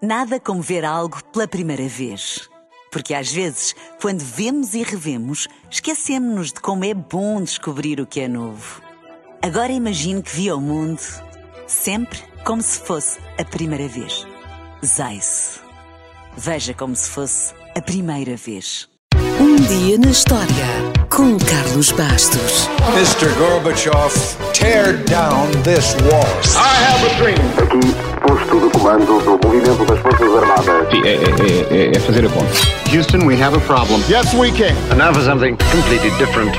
Nada como ver algo pela primeira vez. Porque às vezes, quando vemos e revemos, esquecemos-nos de como é bom descobrir o que é novo. Agora imagine que viu o mundo sempre como se fosse a primeira vez. Zais. Veja como se fosse a primeira vez. Um dia na história, com Carlos Bastos. Mr. Gorbachev, tear down this wall. I have a dream. Aqui, posto de comando do movimento das Forças Armadas. É fazer a conta. Houston, we have a problem. Yes, we can. And now for something completely different.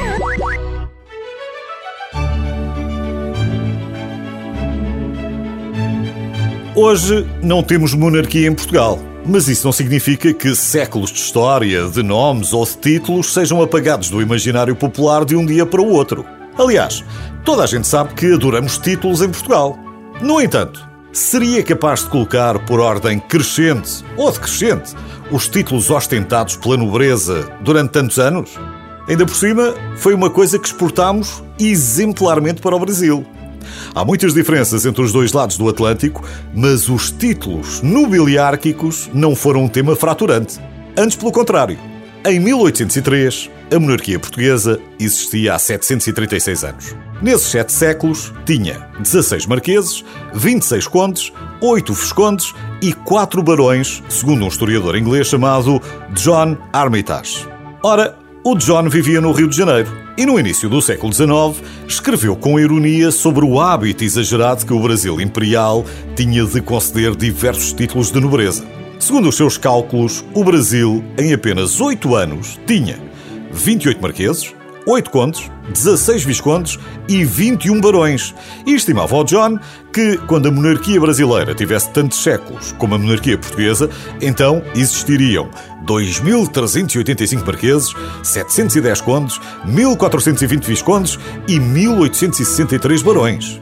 Hoje não temos monarquia em Portugal, mas isso não significa que séculos de história, de nomes ou de títulos sejam apagados do imaginário popular de um dia para o outro. Aliás, toda a gente sabe que adoramos títulos em Portugal. No entanto, seria capaz de colocar por ordem crescente ou decrescente os títulos ostentados pela nobreza durante tantos anos? Ainda por cima, foi uma coisa que exportámos exemplarmente para o Brasil. Há muitas diferenças entre os dois lados do Atlântico, mas os títulos nobiliárquicos não foram um tema fraturante. Antes, pelo contrário. Em 1803, a monarquia portuguesa existia há 736 anos. Nesses 7 séculos, tinha 16 marqueses, 26 condes, 8 viscondes e 4 barões, segundo um historiador inglês chamado John Armitage. Ora, o John vivia no Rio de Janeiro e, no início do século XIX, escreveu com ironia sobre o hábito exagerado que o Brasil imperial tinha de conceder diversos títulos de nobreza. Segundo os seus cálculos, o Brasil, em apenas 8 anos, tinha 28 marqueses, 8 condes, 16 viscondes e 21 barões. E estimava ao John que, quando a monarquia brasileira tivesse tantos séculos como a monarquia portuguesa, então existiriam 2.385 marqueses, 710 condes, 1.420 viscondes e 1.863 barões.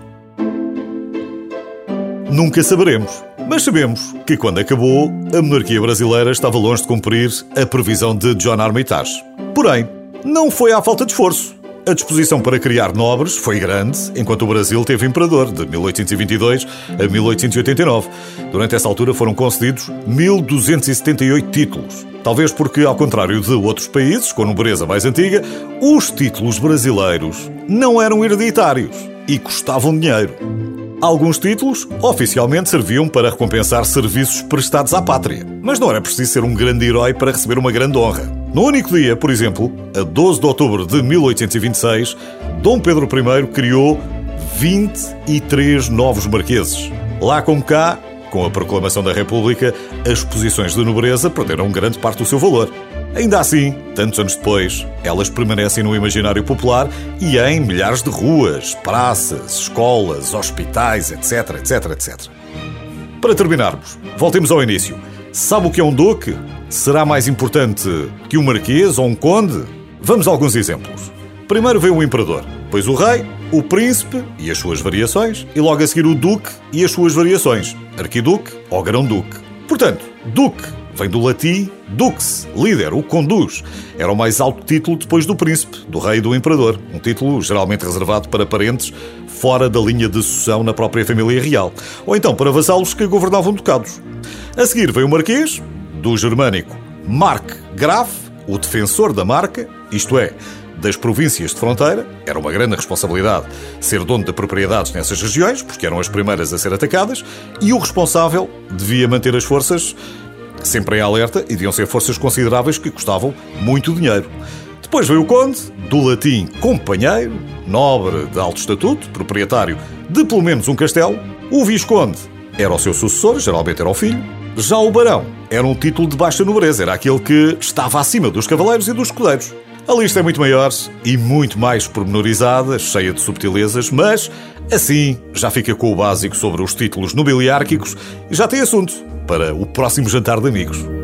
Nunca saberemos, mas sabemos que, quando acabou, a monarquia brasileira estava longe de cumprir a previsão de John Armitage. Porém, não foi à falta de esforço. A disposição para criar nobres foi grande, enquanto o Brasil teve imperador, de 1822 a 1889. Durante essa altura foram concedidos 1.278 títulos. Talvez porque, ao contrário de outros países com nobreza mais antiga, os títulos brasileiros não eram hereditários e custavam dinheiro. Alguns títulos oficialmente serviam para recompensar serviços prestados à pátria, mas não era preciso ser um grande herói para receber uma grande honra. No único dia, por exemplo, a 12 de outubro de 1826, Dom Pedro I criou 23 novos marqueses. Lá como cá, com a proclamação da República, as posições de nobreza perderam grande parte do seu valor. Ainda assim, tantos anos depois, elas permanecem no imaginário popular e em milhares de ruas, praças, escolas, hospitais, etc, etc, etc. Para terminarmos, voltemos ao início. Sabe o que é um duque? Será mais importante que um marquês ou um conde? Vamos a alguns exemplos. Primeiro vem o imperador, depois o rei, o príncipe e as suas variações, e logo a seguir o duque e as suas variações, arquiduque ou grão-duque. Portanto, duque vem do latim dux, líder, o que conduz. Era o mais alto título depois do príncipe, do rei e do imperador. Um título geralmente reservado para parentes fora da linha de sucessão na própria família real. Ou então para vassalos que governavam ducados. A seguir vem o marquês, do germânico Markgraf, o defensor da marca, isto é, das províncias de fronteira. Era uma grande responsabilidade ser dono de propriedades nessas regiões, porque eram as primeiras a ser atacadas, e o responsável devia manter as forças sempre em alerta e deviam ser forças consideráveis que custavam muito dinheiro. Depois veio o conde, do latim companheiro, nobre de alto estatuto, proprietário de pelo menos um castelo. O visconde era o seu sucessor, geralmente era o filho. Já o barão era um título de baixa nobreza, era aquele que estava acima dos cavaleiros e dos escudeiros. A lista é muito maior e muito mais pormenorizada, cheia de subtilezas, mas assim já fica com o básico sobre os títulos nobiliárquicos e já tem assunto para o próximo jantar de amigos.